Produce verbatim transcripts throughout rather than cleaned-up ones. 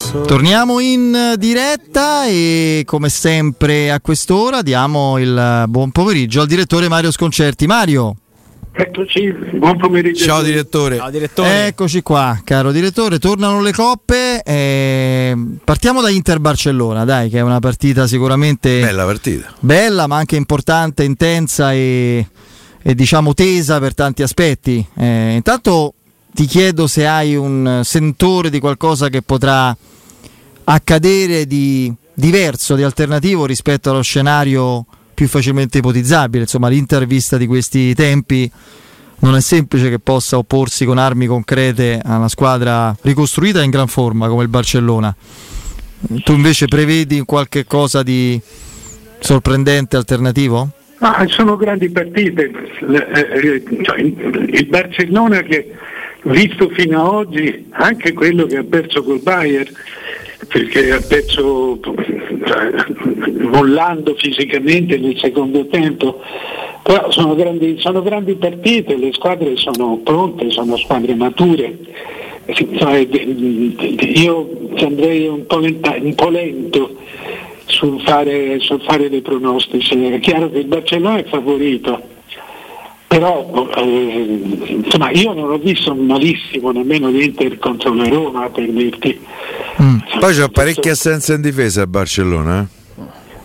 Torniamo in diretta e come sempre a quest'ora diamo il buon pomeriggio al direttore Mario Sconcerti. Mario. Eccoci, buon pomeriggio. Ciao direttore. Ciao direttore. Eccoci qua, caro direttore, tornano le coppe. Eh, partiamo da Inter-Barcellona, dai, che è una partita sicuramente bella partita. Bella, ma anche importante, intensa e, e diciamo tesa per tanti aspetti. Eh, intanto ti chiedo se hai un sentore di qualcosa che potrà accadere di diverso, di alternativo rispetto allo scenario più facilmente ipotizzabile. Insomma, l'Inter vista di questi tempi non è semplice che possa opporsi con armi concrete a una squadra ricostruita in gran forma come il Barcellona. Tu invece prevedi qualche cosa di sorprendente, alternativo? Ah, sono grandi partite. Il Barcellona che visto fino ad oggi, anche quello che ha perso col Bayern, perché ha perso cioè, mollando fisicamente nel secondo tempo, però sono grandi, sono grandi partite, le squadre sono pronte, sono squadre mature. Io andrei un po', lenta, un po' lento sul fare, sul fare dei pronostici. È chiaro che il Barcellona è favorito, però eh, insomma io non ho visto malissimo nemmeno l'Inter contro la Roma, per dirti. Mm. Poi c'ha parecchie assenze in difesa a Barcellona, eh?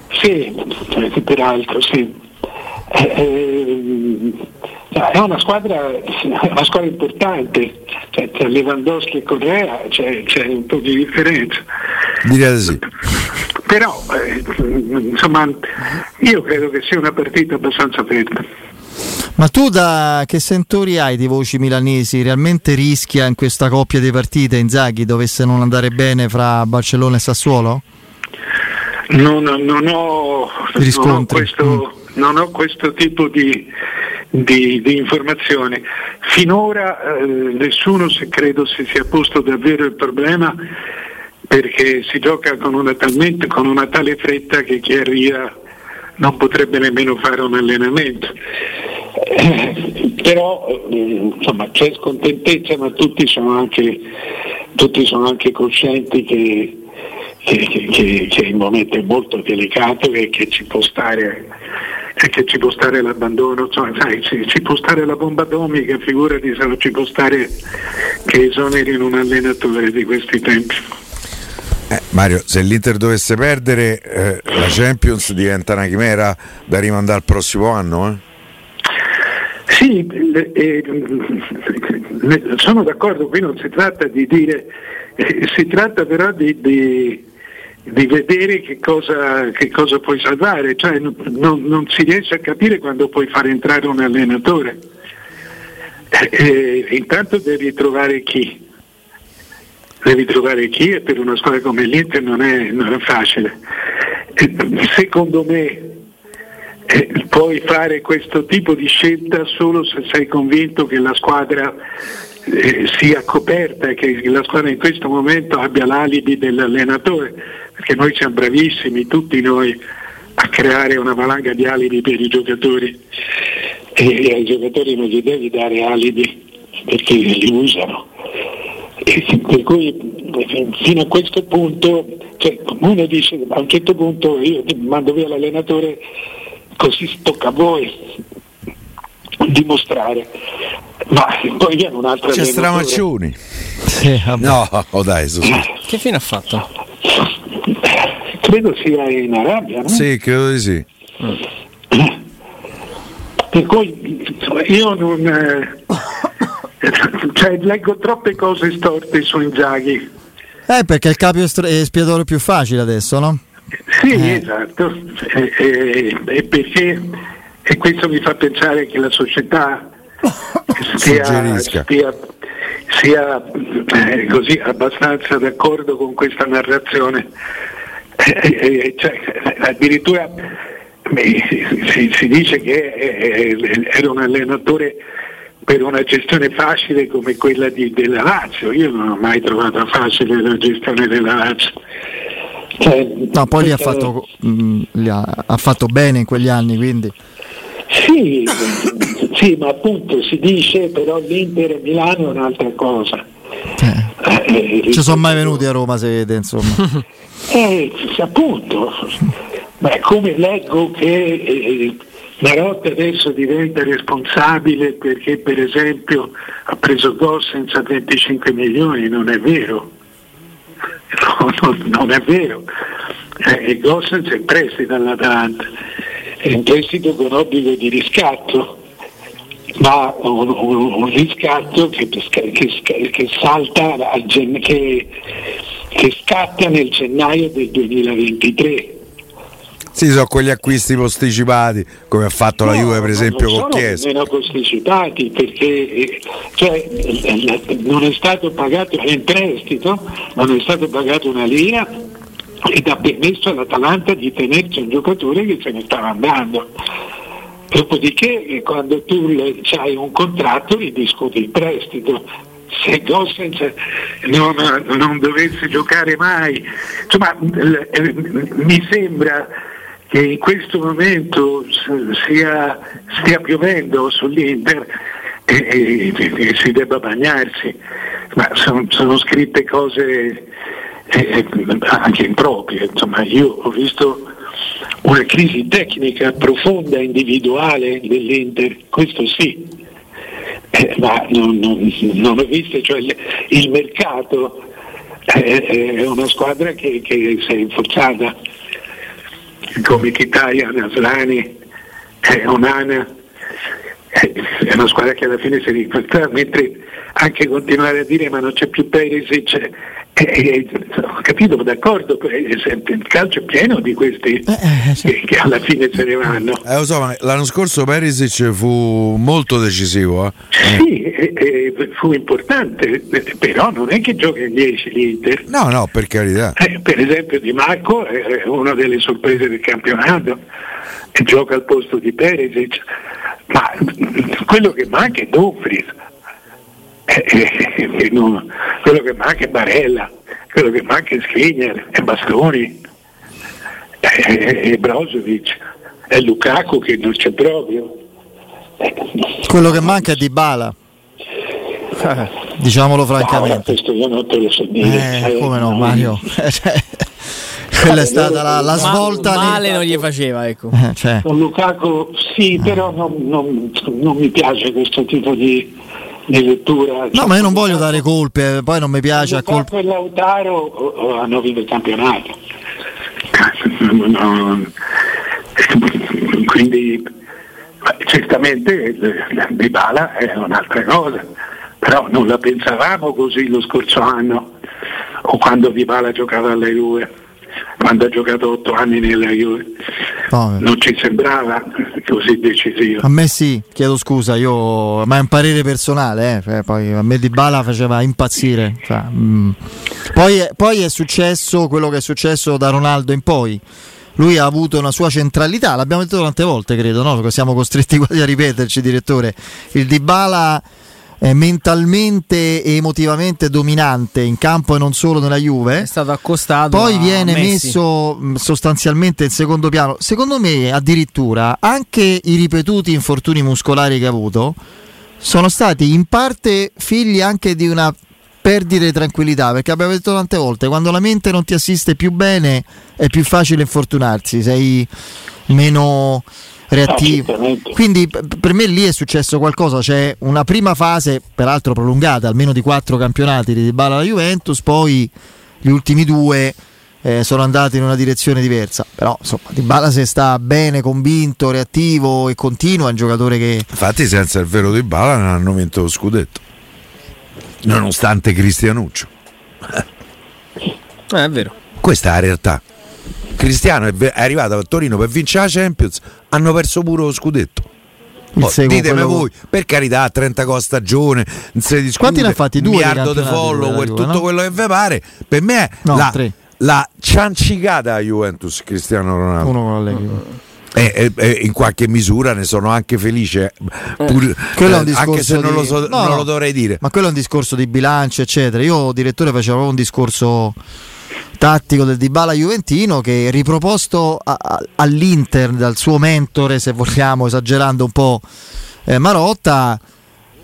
Sì, peraltro sì. Eh, eh, è una squadra, una squadra importante, cioè, tra Lewandowski e Correa c'è, c'è un po' di differenza. Direi sì. Però eh, insomma io credo che sia una partita abbastanza aperta. Ma tu da che sentori hai di voci milanesi? Realmente rischia in questa coppia di partite Inzaghi dovesse non andare bene fra Barcellona e Sassuolo? Non, non, ho, non, ho, questo, mm. non ho questo tipo di, di, di informazioni. Finora eh, nessuno se credo si sia posto davvero il problema, perché si gioca con una, talmente, con una tale fretta che chi arriva non potrebbe nemmeno fare un allenamento. Eh, però eh, insomma c'è scontentezza, ma tutti sono anche tutti sono anche coscienti che, che, che, che il momento è molto delicato e che ci può stare e che ci può stare l'abbandono, insomma, sai, ci, ci può stare la bomba atomica, figurati se non ci può stare che esonerino un allenatore di questi tempi. Eh, Mario, se l'Inter dovesse perdere eh, la Champions diventa una chimera da rimandare al prossimo anno, eh? Sì, eh, sono d'accordo, qui non si tratta di dire, eh, si tratta però di, di, di vedere che cosa, che cosa puoi salvare, cioè non, non si riesce a capire quando puoi far entrare un allenatore. Eh, eh, intanto devi trovare chi, devi trovare chi e per una squadra come l'Inter non è, non è facile. Eh, secondo me Eh, puoi fare questo tipo di scelta solo se sei convinto che la squadra eh, sia coperta e che la squadra in questo momento abbia l'alibi dell'allenatore, perché noi siamo bravissimi, tutti noi, a creare una valanga di alibi per i giocatori e, e ai giocatori non gli devi dare alibi perché li usano. E, per cui fino a questo punto, cioè, uno dice a un certo punto io mando via l'allenatore, così tocca a voi dimostrare, ma poi viene un altro c'è allenatore. Stramaccioni. Sì, no, oh dai, su, su. Che fine ha fatto? Credo sia in Arabia, no? Sì, credo di sì. Per cui io non eh, cioè, leggo troppe cose storte su Inzaghi. Eh, perché il capo espiatorio più facile adesso, no? Sì, eh. esatto, e, e, e perché e questo mi fa pensare che la società stia, stia, sia eh, così abbastanza d'accordo con questa narrazione. Eh, eh, cioè, addirittura eh, si, si dice che eh, era un allenatore per una gestione facile come quella di, della Lazio. Io non ho mai trovato facile la gestione della Lazio. Cioè, no, poi li ha fatto, mh, li ha, ha fatto bene in quegli anni, quindi sì, sì, ma appunto si dice però l'Inter e Milano è un'altra cosa. Eh, eh, ci sono mai venuti a Roma, si vede, insomma. eh, appunto, ma come leggo che eh, Marotta adesso diventa responsabile perché per esempio ha preso Gossens a venticinque milioni, non è vero, no, non, non è vero, eh, Gossens è in prestito all'Atalanta, è in prestito con obbligo di riscatto, ma un, un, un riscatto che, che, che salta al gen, che, che scatta nel gennaio del duemilaventitré. Sì, sono quegli acquisti posticipati, come ha fatto no, la Juve per esempio con Chiesa. Non sono posticipati perché cioè, non è stato pagato in prestito, non è stato pagato una lira ed ha permesso all'Atalanta di tenerci un giocatore che se ne stava andando. Dopodiché quando tu hai un contratto ridiscuti il prestito. Se Gossens non, non dovesse giocare mai, insomma mi sembra che in questo momento sia, stia piovendo sull'Inter e, e, e si debba bagnarsi, ma sono, sono scritte cose eh, anche improprie, insomma io ho visto una crisi tecnica profonda individuale dell'Inter, questo sì, eh, ma non, non, non ho visto, cioè il, il mercato è, è una squadra che, che si è rinforzata come Mkhitaryan, Aslani, eh, Onana, eh, è una squadra che alla fine si è rinforzata, mentre anche continuare a dire ma non c'è più Perisic, eh, eh, ho capito, d'accordo, il calcio è pieno di questi eh, sì. che, che alla fine se ne vanno. Eh, lo so, ma l'anno scorso Perisic fu molto decisivo. Eh. Sì, eh, eh, fu importante, però non è che gioca in dieci l'Inter. No, no, per carità. Eh, per esempio Di Marco è una delle sorprese del campionato e gioca al posto di Perisic, ma quello che manca è Dumfries. Eh, eh, non, quello che manca è Barella, quello che manca è Skriniar, è Bastoni, è, è Brozovic, è Lukaku che non c'è proprio. Eh, quello che manca è Dybala, eh, diciamolo francamente. No, questo io non te lo so dire. Eh, come no, Mario? Quella è stata la, la svolta. Male non gli faceva, ecco. Eh, cioè. Con Lukaku sì, però non, non, non mi piace questo tipo di di lettura. No, ma io non voglio dare colpe, poi non mi piace a colpe. E Lautaro hanno vinto il campionato. No, quindi certamente Dybala è un'altra cosa, però non la pensavamo così lo scorso anno o quando Dybala giocava alla Juve, quando ha giocato otto anni nella Juve. No, non ci sembrava così decisivo. A me sì, chiedo scusa, io ma è un parere personale, eh. Poi a me Dybala faceva impazzire. Cioè, mh. Poi, è, poi è successo quello che è successo da Ronaldo in poi. Lui ha avuto una sua centralità, l'abbiamo detto tante volte, credo, no? Siamo costretti quasi a ripeterci, direttore. Il Dybala è mentalmente e emotivamente dominante in campo e non solo nella Juve, è stato accostato, poi viene Messi. messo sostanzialmente in secondo piano. Secondo me addirittura anche i ripetuti infortuni muscolari che ha avuto sono stati in parte figli anche di una perdita di tranquillità, perché abbiamo detto tante volte, quando la mente non ti assiste più bene è più facile infortunarsi, sei meno reattivo. Quindi per me lì è successo qualcosa, c'è una prima fase peraltro prolungata, almeno di quattro campionati di Dybala alla Juventus, poi gli ultimi due eh, sono andati in una direzione diversa, però insomma Dybala se sta bene, convinto, reattivo e continua è un giocatore che infatti senza il vero Dybala non hanno vinto lo scudetto nonostante Cristianuccio. Eh, è vero, questa è la realtà. Cristiano è arrivato a Torino per vincere la Champions, hanno perso pure lo scudetto. Oh, ditemi voi, per carità, trenta gol a stagione, non si discute, quanti ne ha fatti? Due miliardo di follower, tutto no? quello che vi pare. Per me è no, la, la ciancicata a Juventus Cristiano Ronaldo. Uno con la E, e, e in qualche misura ne sono anche felice, pur, eh, anche se non, di... lo, so, no, non lo dovrei dire. Ma quello è un discorso di bilancio, eccetera. Io, direttore, facevo un discorso tattico del Dybala juventino che riproposto a, a, all'Inter dal suo mentore, se vogliamo, esagerando un po', eh, Marotta,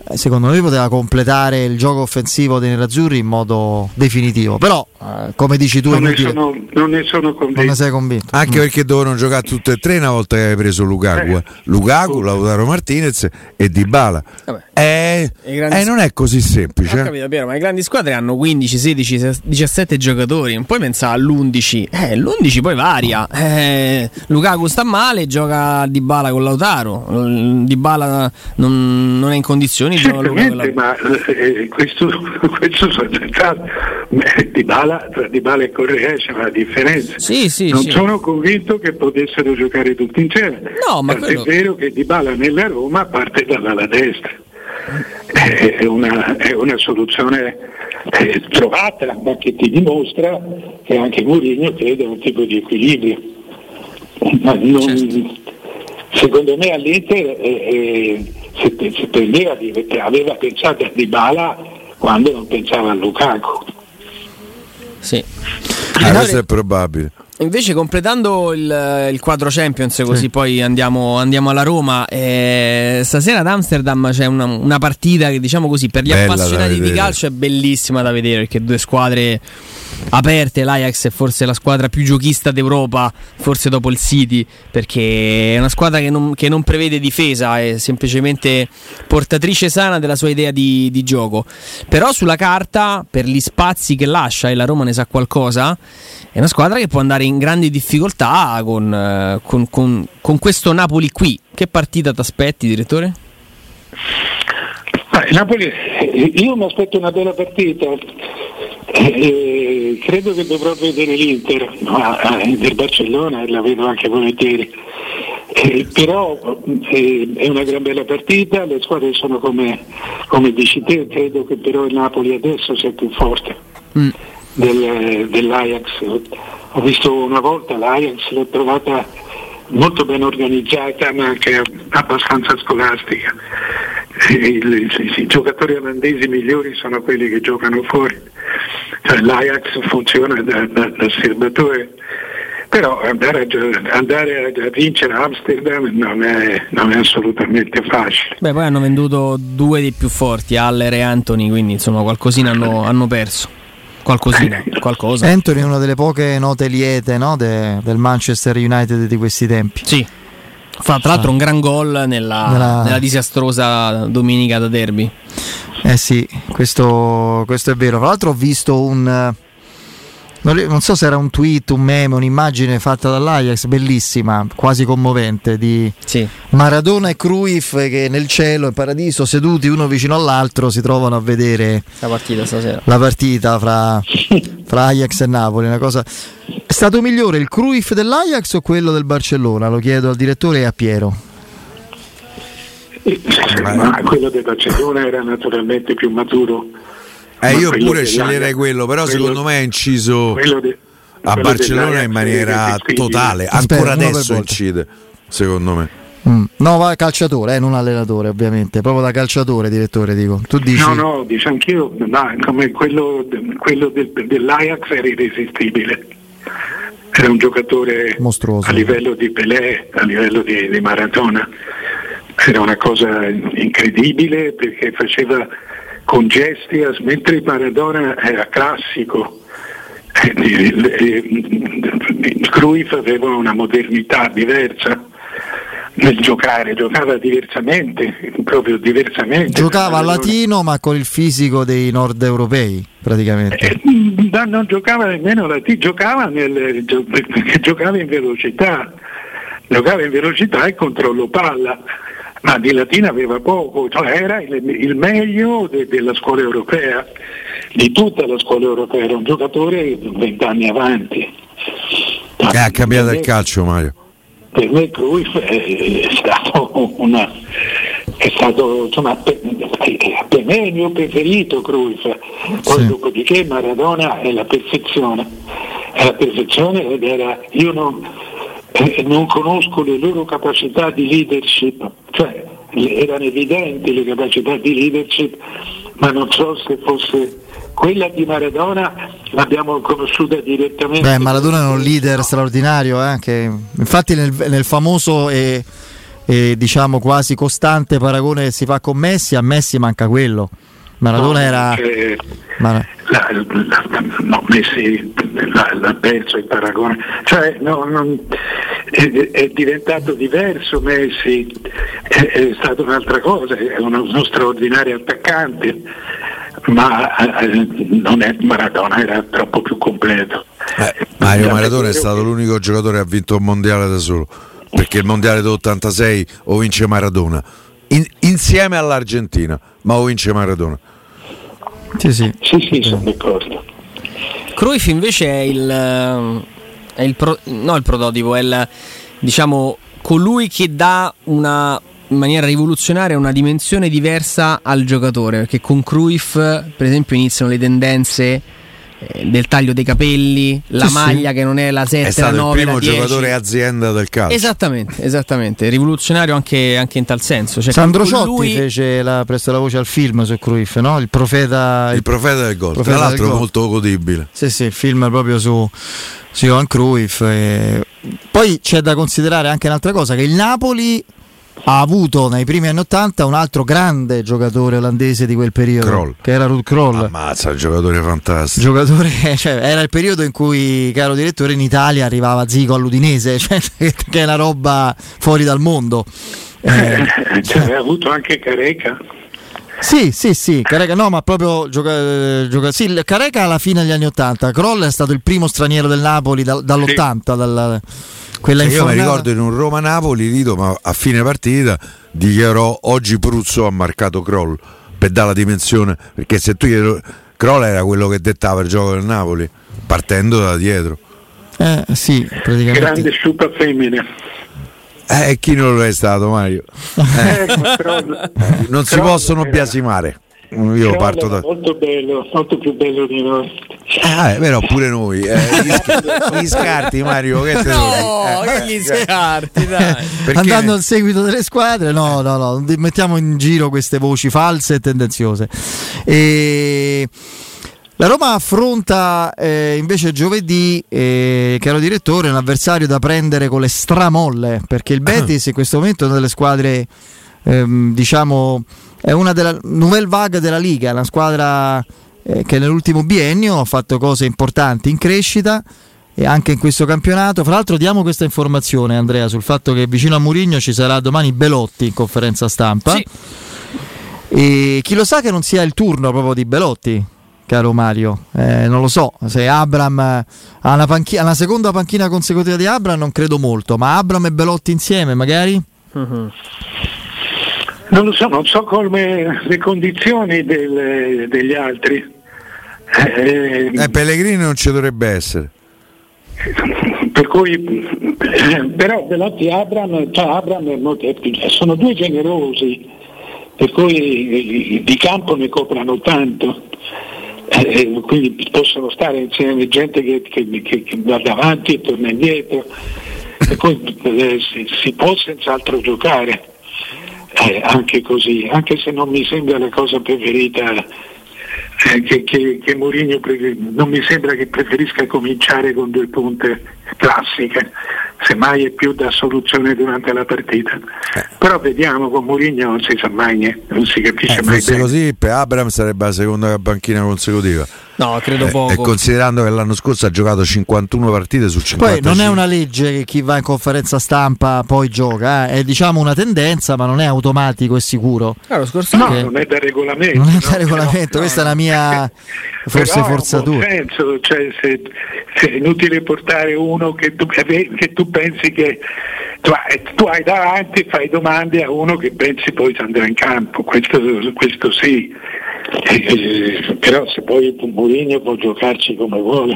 secondo me poteva completare il gioco offensivo dei nerazzurri in modo definitivo, però eh, come dici tu non, ne sono, non ne sono convinto, non ne sei convinto anche mm. perché dovevano giocare tutte e tre una volta che hai preso Lukaku eh. Lukaku, Lautaro Martinez e Dybala. Eh, eh, non è così semplice. Ho capito, Piero, ma le grandi squadre hanno quindici, sedici, diciassette giocatori, non puoi pensare all'undici. Eh, l'undici poi varia. Eh, Lukaku sta male, gioca Dybala con Lautaro. Dybala non, non è in condizioni di giocare con Lautaro. Ma eh, questo, questo sono pensato. Dybala, tra Dybala e Correa c'è una differenza. Sì, sì, non sì. sono convinto che potessero giocare tutti insieme. No, ma quello... quello... è vero che Dybala nella Roma parte dalla destra. È una, è una soluzione eh, trovata, ma che ti dimostra che anche Mourinho crede a un tipo di equilibrio. Ma non, certo. Secondo me all'Inter eh, eh, si, si prendeva, aveva pensato a Dybala quando non pensava a Lukaku. Sì. Ah, questo è probabile. Invece, completando il, il quadro Champions, così sì. Poi andiamo, andiamo alla Roma. Eh, stasera ad Amsterdam c'è una, una partita che, diciamo così, per gli Bella appassionati di calcio è bellissima da vedere, perché due squadre aperte. L'Ajax è forse la squadra più giochista d'Europa, forse dopo il City, perché è una squadra che non, che non prevede difesa, è semplicemente portatrice sana della sua idea di, di gioco. Però sulla carta, per gli spazi che lascia, e la Roma ne sa qualcosa, è una squadra che può andare in grandi difficoltà con, con, con, con questo Napoli qui. Che partita ti aspetti, direttore? Ah, Napoli, io mi aspetto una bella partita. Eh, credo che dovrò vedere l'Inter, ma eh, del Barcellona, e la vedo anche volentieri. Eh, però eh, è una gran bella partita, le squadre sono come, come dici te, credo che però il Napoli adesso sia più forte mm. del, dell'Ajax. Ho visto una volta l'Ajax, l'ho trovata molto ben organizzata, ma anche abbastanza scolastica. I, i, i, i giocatori olandesi migliori sono quelli che giocano fuori, cioè, l'Ajax funziona da, da, da serbatore, però andare a, andare a vincere Amsterdam non è, non è assolutamente facile. Beh, poi hanno venduto due dei più forti, Haller e Anthony, quindi insomma qualcosina hanno, hanno perso. Qualcosina, qualcosa. Anthony è una delle poche note liete, no, de, del Manchester United di questi tempi. Sì. Fa tra l'altro un gran gol nella, nella... nella disastrosa domenica da derby. Eh sì, questo, questo è vero. Tra l'altro ho visto un... non so se era un tweet, un meme, un'immagine fatta dall'Ajax, bellissima, quasi commovente, di sì. Maradona e Cruyff che nel cielo e paradiso, seduti uno vicino all'altro, si trovano a vedere la partita stasera. La partita fra, fra Ajax e Napoli. Una cosa... È stato migliore il Cruyff dell'Ajax o quello del Barcellona? Lo chiedo al direttore e a Piero. Ma quello del Barcellona era naturalmente più maturo. Eh, io pure sceglierei quello, però quello, secondo me è inciso de, a Barcellona in maniera totale. Aspetta, ancora adesso incide, secondo me. Mm. No, va calciatore, eh, non allenatore, ovviamente, proprio da calciatore, direttore, dico. Tu dici? No, no, dico anch'io, ma come quello, quello del, dell'Ajax era irresistibile. Era un giocatore mostruoso, a livello di Pelé, a livello di, di Maradona. Era una cosa incredibile perché faceva con gesti, mentre Maradona era classico, Cruyff aveva una modernità diversa nel giocare, giocava diversamente, proprio diversamente. Giocava a latino ma con il fisico dei nord europei praticamente. Eh, non giocava nemmeno latino, giocava, nel, giocava in velocità, giocava in velocità e controllo palla. Ma di latino aveva poco, cioè era il, il meglio de, della scuola europea, di tutta la scuola europea, era un giocatore vent'anni avanti. Eh, ha cambiato il calcio, Mario. Per me Cruyff è, è stato una è stato insomma per, per me è il mio preferito Cruyff, poi sì. Dopodiché Maradona è la perfezione, è la perfezione ed era io non Eh, non conosco le loro capacità di leadership, cioè erano evidenti le capacità di leadership, ma non so se fosse quella di Maradona, l'abbiamo conosciuta direttamente. Beh, Maradona è un leader straordinario, eh, che infatti nel, nel famoso e, e diciamo quasi costante paragone che si fa con Messi, a Messi manca quello. Maradona no, era eh, Mar- la, la, no, Messi l'ha, l'ha perso il paragone, cioè no, non, è, è diventato diverso Messi, è, è stato un'altra cosa, è uno, uno straordinario attaccante, ma eh, non è Maradona, era troppo più completo. eh, Mario Maradona è stato l'unico giocatore che ha vinto un mondiale da solo, perché il mondiale dell'ottantasei o vince Maradona In, insieme all'Argentina, ma o vince Maradona. Sì, sì, sì, sì, sono d'accordo. Cruyff invece è il, è il pro, no il prototipo, è il, diciamo colui che dà una in maniera rivoluzionaria una dimensione diversa al giocatore, perché con Cruyff per esempio iniziano le tendenze del taglio dei capelli, la sì, maglia sì. che non è la sette, la nove, la dieci. È stato il primo giocatore azienda del calcio. Esattamente, esattamente, rivoluzionario anche, anche in tal senso. Cioè, Sandro Ciotti lui... fece la, prestò la voce al film su Cruyff, no? Il profeta, il, il profeta del gol, tra l'altro gol. Molto godibile. Sì, sì, il film proprio su, su Johan Cruyff. E... Poi c'è da considerare anche un'altra cosa, che il Napoli ha avuto nei primi anni ottanta un altro grande giocatore olandese di quel periodo, Kroll. che era Ruud Krol. Ammazza, giocatore fantastico. Giocatore, cioè, era il periodo in cui, caro direttore, in Italia arrivava Zico all'Udinese, cioè, che è una roba fuori dal mondo. Eh, cioè, aveva avuto anche Careca. Sì, sì, sì, Careca no, ma proprio gioca, gioca, sì, Careca alla fine degli anni ottanta. Kroll è stato il primo straniero del Napoli da, dall'ottanta, sì. dalla, quella io mi ricordo in un Roma-Napoli, Lito, ma a fine partita dichiarò: oggi Pruzzo ha marcato Kroll per dare la dimensione, perché se tu gli... Kroll era quello che dettava il gioco del Napoli partendo da dietro. Eh sì, praticamente. Grande sciupa femmina. Eh, chi non lo è stato, Mario? Eh, non si possono biasimare. Io Kroll parto da molto bello, molto più bello di noi. Eh, però pure noi eh, gli, sc- gli scarti, Mario, che te no, eh, che gli scarti, dai. Perché... andando al seguito delle squadre, no, no, no, mettiamo in giro queste voci false e tendenziose. E la Roma affronta eh, invece giovedì, eh, caro direttore, un avversario da prendere con le stramolle, perché il Betis in questo momento è una delle squadre, ehm, diciamo, è una della nouvelle vague della Liga, una squadra eh, che nell'ultimo biennio ha fatto cose importanti in crescita e anche in questo campionato. Fra l'altro diamo questa informazione, Andrea, sul fatto che vicino a Mourinho ci sarà domani Belotti in conferenza stampa. Sì. E chi lo sa che non sia il turno proprio di Belotti, caro Mario, eh, non lo so, se Abram ha una, panchi- una seconda panchina consecutiva di Abram non credo molto, ma Abram e Belotti insieme magari? Uh-huh. Non lo so, non so come le condizioni del, degli altri. Eh, eh, Pellegrini non ci dovrebbe essere. Per cui, eh, però Belotti e Abram, cioè Abram sono due generosi, per cui di campo ne coprano tanto. Eh, quindi possono stare insieme gente che, che, che, che va davanti e torna indietro, e poi eh, si, si può senz'altro giocare eh, anche così, anche se non mi sembra la cosa preferita eh, che, che, che Mourinho pre- non mi sembra che preferisca cominciare con due punte classiche, semmai è più da soluzione durante la partita. Eh. Però vediamo, con Mourinho non si sa mai niente, non si capisce eh, mai fosse bene. Così per Abraham sarebbe la seconda banchina consecutiva. No, credo poco. E considerando che l'anno scorso ha giocato cinquantuno partite su cinquantacinque. Poi non è una legge che chi va in conferenza stampa poi gioca, eh. È diciamo una tendenza, ma non è automatico e sicuro. Ah, scorso no, non è da regolamento. Non è da no, regolamento, no, questa no. è la mia forse forzatura. Senso, cioè, se, se è inutile portare uno che tu, che tu pensi che tu hai, tu hai davanti, fai domande a uno che pensi poi andrà in campo, questo, questo sì. Eh, però se poi Mourinho può giocarci come vuole.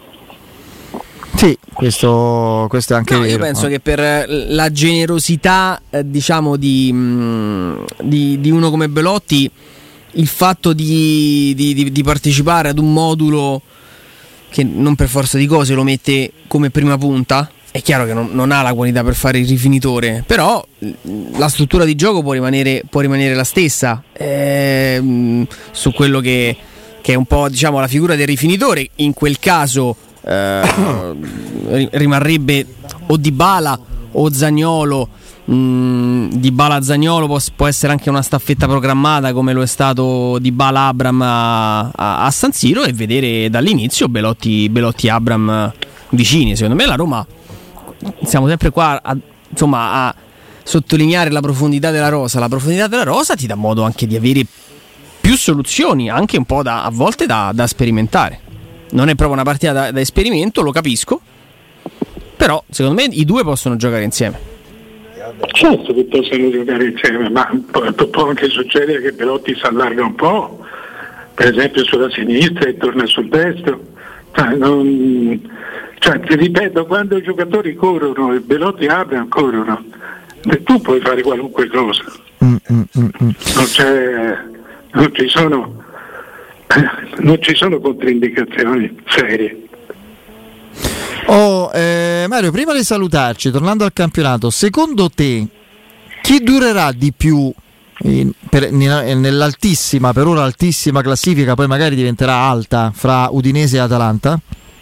Sì, questo, questo è anche no, vero. Io penso no? che per la generosità eh, diciamo di, mh, di, di uno come Belotti, il fatto di, di, di, di partecipare ad un modulo che non per forza di cose lo mette come prima punta, è chiaro che non, non ha la qualità per fare il rifinitore, però la struttura di gioco può rimanere, può rimanere la stessa eh, su quello che, che è un po' diciamo la figura del rifinitore. In quel caso eh, rimarrebbe o Dybala o Zaniolo mh, Dybala Zaniolo può, può essere anche una staffetta programmata come lo è stato Dybala Abram a, a, a San Siro, e vedere dall'inizio Belotti, Belotti Abram vicini. Secondo me la Roma, siamo sempre qua a, insomma, a sottolineare la profondità della rosa. La profondità della rosa ti dà modo anche di avere più soluzioni, anche un po' da, a volte da, da sperimentare. Non è proprio una partita da, da esperimento, lo capisco, però secondo me i due possono giocare insieme. Certo che possono giocare insieme, ma può, può anche succedere che Belotti si allarga un po', per esempio sulla sinistra e torna sul destro. Cioè, non, cioè ti ripeto, quando i giocatori corrono e Belotti Abram corrono, tu puoi fare qualunque cosa. Mm, mm, mm, mm. Non c'è, non ci sono, non ci sono controindicazioni serie. Oh, eh, Mario, prima di salutarci, tornando al campionato, secondo te chi durerà di più in, per, nell'altissima, per ora altissima classifica, poi magari diventerà alta, fra Udinese e Atalanta?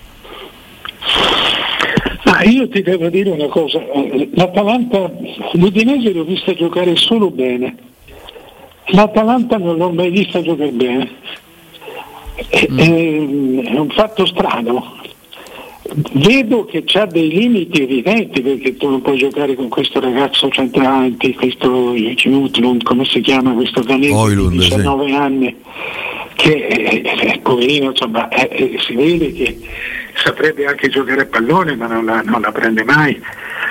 Ah, io ti devo dire una cosa, l'Atalanta, l'Udinese l'ho vista giocare solo bene, l'Atalanta non l'ho mai vista giocare bene, è, mm. è, è un fatto strano. Vedo che c'ha dei limiti evidenti, perché tu non puoi giocare con questo ragazzo centrante, questo Utlund, come si chiama questo danese di diciannove sì. anni, che è poverino, insomma, è, si vede che saprebbe anche giocare a pallone, ma non la, non la prende mai.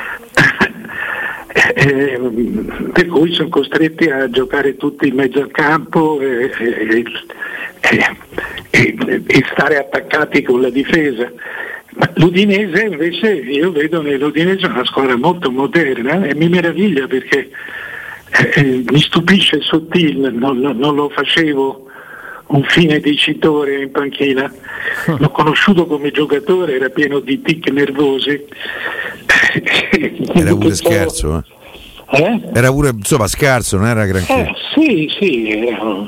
eh, per cui sono costretti a giocare tutti in mezzo al campo e, e, e, e, e stare attaccati con la difesa. Ma l'Udinese invece, io vedo nell'Udinese una squadra molto moderna e mi meraviglia, perché eh, mi stupisce Sottil, non, non lo facevo un fine dicitore in panchina, l'ho conosciuto come giocatore, era pieno di tic nervosi. Era pure scherzo, eh? Eh? Era pure, insomma, scarso, non era granché. Eh, sì, sì, era...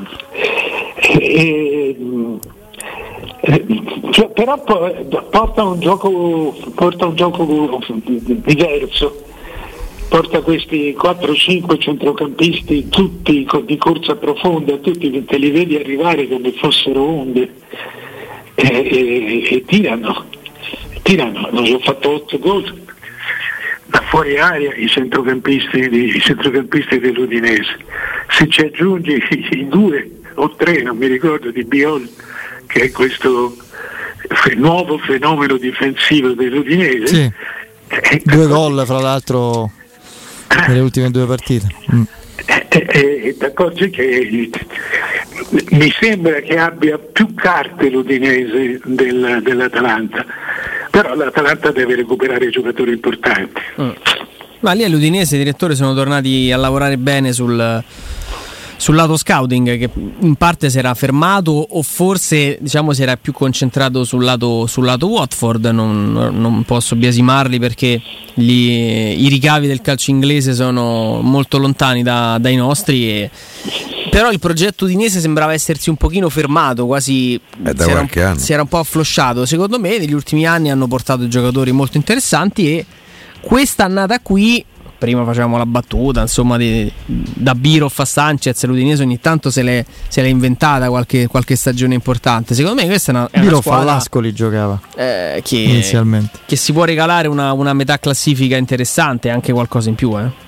E, eh, cioè, però porta un gioco porta un gioco diverso, porta questi quattro cinque centrocampisti tutti di corsa profonda, tutti te li vedi arrivare come fossero onde e, e, e tirano tirano hanno fatto otto gol da fuori area i centrocampisti, di, i centrocampisti dell'Udinese. Se ci aggiungi i due o tre, non mi ricordo, di Biol, che è questo fe- nuovo fenomeno difensivo dell'Udinese, sì. eh, due gol fra l'altro nelle ultime due partite. Mm. E eh, eh, accorgi che mi sembra che abbia più carte l'Udinese del, dell'Atalanta, però l'Atalanta deve recuperare i giocatori importanti. Mm. Ma lì all'Udinese i direttori sono tornati a lavorare bene sul sul lato scouting, che in parte si era fermato, o forse diciamo si era più concentrato sul lato, sul lato Watford. Non, non posso biasimarli, perché gli, i ricavi del calcio inglese sono molto lontani da, dai nostri, e, però il progetto udinese sembrava essersi un pochino fermato, quasi eh, si, era un, si era un po' afflosciato. Secondo me negli ultimi anni hanno portato giocatori molto interessanti, e questa annata qui, prima facevamo la battuta, insomma, di, da Birov a Sanchez, l'Udinese ogni tanto se l'è, se l'è inventata qualche, qualche stagione importante. Secondo me questa è una, è una Birov squadra all'Ascoli giocava eh, che, inizialmente, che si può regalare una, una metà classifica interessante e anche qualcosa in più. Eh?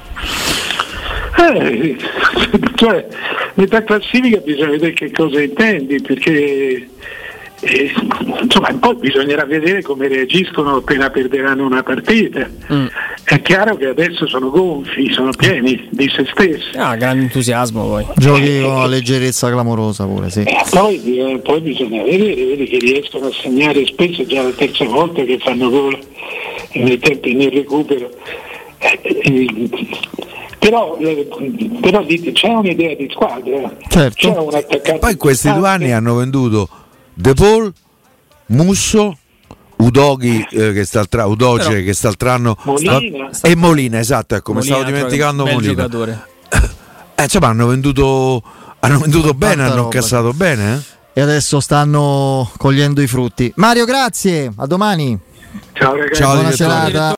Eh, cioè, metà classifica bisogna vedere che cosa intendi, perché Eh, insomma, poi bisognerà vedere come reagiscono appena perderanno una partita. Mm. È chiaro che adesso sono gonfi, sono pieni di se stessi. Ah, grande entusiasmo poi. Giochi con una leggerezza clamorosa pure, sì. Eh, poi, eh, poi bisogna vedere, vedi che riescono a segnare spesso, già la terza volta che fanno gol nei tempi nel recupero. Eh, eh, Però, eh, però dite, c'è un'idea di squadra, certo. C'è un attaccante. Poi in questi due anni hanno venduto De Paul, Musso, Udoghi eh, che sta al tra- Udoge Però, che sta al tranno Molina. Sta- e Molina, esatto, ecco, mi stavo dimenticando Molina. Giocatore. Eh, insomma, hanno venduto hanno venduto bene, hanno incassato bene, eh? E adesso stanno cogliendo i frutti. Mario, grazie, a domani. Ciao ragazzi. Ciao, buona serata.